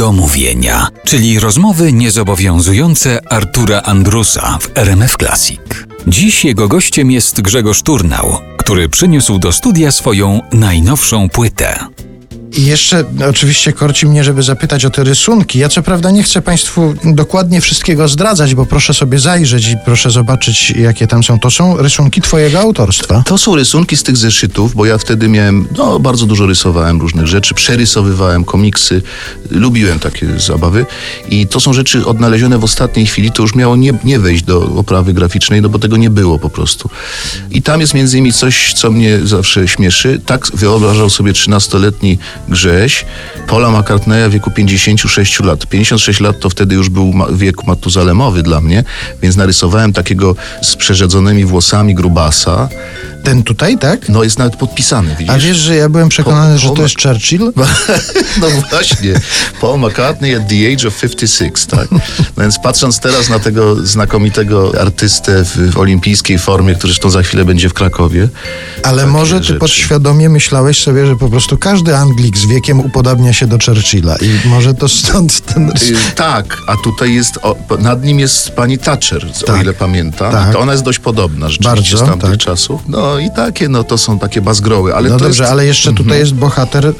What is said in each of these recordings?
do mówienia, czyli rozmowy niezobowiązujące Artura Andrusa w RMF Classic. Dziś jego gościem jest Grzegorz Turnał, który przyniósł do studia swoją najnowszą płytę. I jeszcze oczywiście korci mnie, żeby zapytać o te rysunki. Ja co prawda nie chcę Państwu dokładnie wszystkiego zdradzać, bo proszę sobie zajrzeć i proszę zobaczyć, jakie tam są. To są rysunki Twojego autorstwa. To są rysunki z tych zeszytów, bo ja wtedy miałem, bardzo dużo rysowałem różnych rzeczy, przerysowywałem komiksy, lubiłem takie zabawy i to są rzeczy odnalezione w ostatniej chwili, to już miało nie wejść do oprawy graficznej, bo tego nie było po prostu. I tam jest między innymi coś, co mnie zawsze śmieszy. Tak wyobrażał sobie 13-letni Grześ Paula McCartneya w wieku 56 lat. 56 lat to wtedy już był wiek matuzalemowy dla mnie, więc narysowałem takiego z przerzedzonymi włosami grubasa. Ten tutaj, tak? No jest nawet podpisany, widzisz? A wiesz, że ja byłem przekonany, że to jest Churchill? No właśnie. Paul McCartney at the age of 56, tak? No więc patrząc teraz na tego znakomitego artystę w olimpijskiej formie, który zresztą za chwilę będzie w Krakowie. Ale może ty podświadomie myślałeś sobie, że po prostu każdy Anglik z wiekiem upodabnia się do Churchilla i może to stąd ten tak, a tutaj jest, nad nim jest pani Thatcher, o ile pamiętam. Tak. To ona jest dość podobna rzeczywiście z tamtych czasów. No i takie, to są takie bazgroły. Ale no to dobrze, jest... ale jeszcze tutaj jest bohater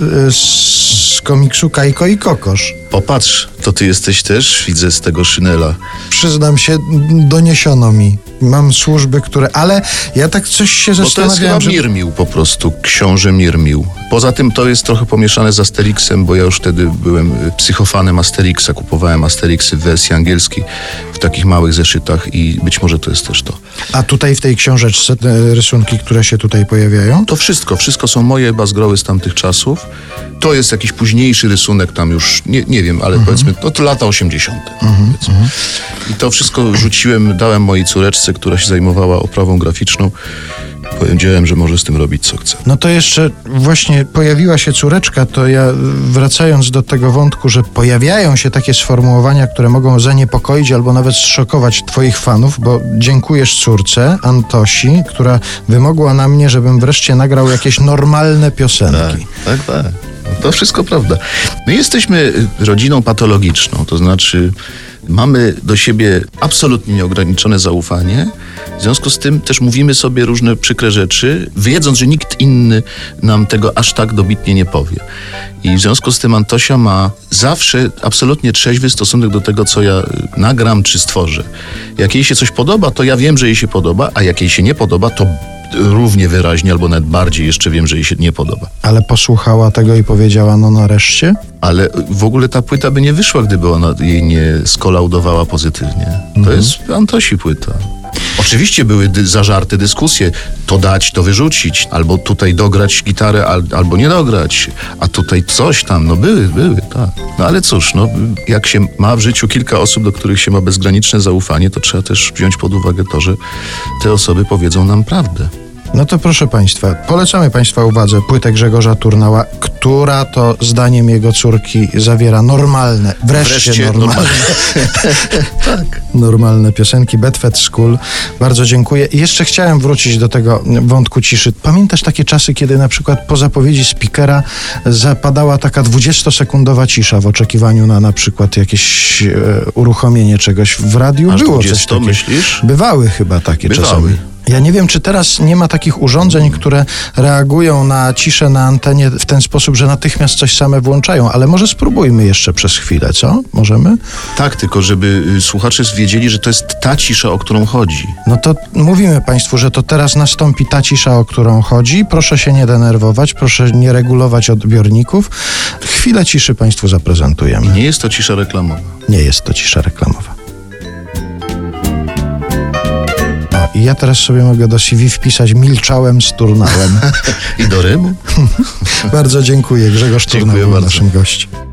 z komiksu Kajko i Kokosz. Popatrz, to ty jesteś też, widzę, z tego Szynela. Przyznam się, doniesiono mi. Mam służby, które... Ale ja tak coś się zastanawiałem, bo to jest chyba Mirmił po prostu, książę Mirmił. Poza tym to jest trochę pomieszane z Asterixem, bo ja już wtedy byłem psychofanem Asterixa. Kupowałem Asterixy w wersji angielskiej w takich małych zeszytach i być może to jest też to. A tutaj w tej książeczce te rysunki, które się tutaj pojawiają? To wszystko są moje bazgroły z tamtych czasów. To jest jakiś późniejszy rysunek, tam już, nie wiem, ale powiedzmy, to lata 80. I to wszystko rzuciłem, dałem mojej córeczce, która się zajmowała oprawą graficzną. Powiedziałem, że może z tym robić co chce. No to jeszcze właśnie pojawiła się córeczka, to ja wracając do tego wątku, że pojawiają się takie sformułowania, które mogą zaniepokoić albo nawet zszokować Twoich fanów, bo dziękujesz córce, Antosi, która wymogła na mnie, żebym wreszcie nagrał jakieś normalne piosenki. Tak. To wszystko prawda. My jesteśmy rodziną patologiczną, to znaczy mamy do siebie absolutnie nieograniczone zaufanie. W związku z tym też mówimy sobie różne przykre rzeczy, wiedząc, że nikt inny nam tego aż tak dobitnie nie powie. I w związku z tym Antosia ma zawsze absolutnie trzeźwy stosunek do tego, co ja nagram czy stworzę. Jak jej się coś podoba, to ja wiem, że jej się podoba, a jak jej się nie podoba, to równie wyraźnie, albo nawet bardziej jeszcze wiem, że jej się nie podoba. Ale posłuchała tego i powiedziała, no nareszcie? Ale w ogóle ta płyta by nie wyszła, gdyby ona jej nie skolaudowała pozytywnie. To jest Antosi płyta. Oczywiście były zażarte dyskusje, to dać, to wyrzucić, albo tutaj dograć gitarę, albo nie dograć, a tutaj coś tam, były, tak. No ale cóż, jak się ma w życiu kilka osób, do których się ma bezgraniczne zaufanie, to trzeba też wziąć pod uwagę to, że te osoby powiedzą nam prawdę. No to proszę Państwa, polecamy Państwa uwadze płytę Grzegorza Turnała, która to zdaniem jego córki zawiera normalne, wreszcie normalne. Tak. Normalne piosenki, Bedford School. Bardzo dziękuję. I jeszcze chciałem wrócić do tego wątku ciszy. Pamiętasz takie czasy, kiedy na przykład po zapowiedzi speakera zapadała taka 20-sekundowa cisza w oczekiwaniu na przykład jakieś uruchomienie czegoś w radiu? Aż Było 20, coś takiego. myślisz? Bywały chyba takie czasami. Ja nie wiem, czy teraz nie ma takich urządzeń, które reagują na ciszę na antenie w ten sposób, że natychmiast coś same włączają, ale może spróbujmy jeszcze przez chwilę, co? Możemy? Tak, tylko żeby słuchacze wiedzieli, że to jest ta cisza, o którą chodzi. No to mówimy Państwu, że to teraz nastąpi ta cisza, o którą chodzi. Proszę się nie denerwować, proszę nie regulować odbiorników. Chwilę ciszy Państwu zaprezentujemy. Nie jest to cisza reklamowa. Nie jest to cisza reklamowa. I ja teraz sobie mogę do CV wpisać milczałem z Turnałem. I do rymu? Bardzo dziękuję. Grzegorz Turnał był naszym gościem.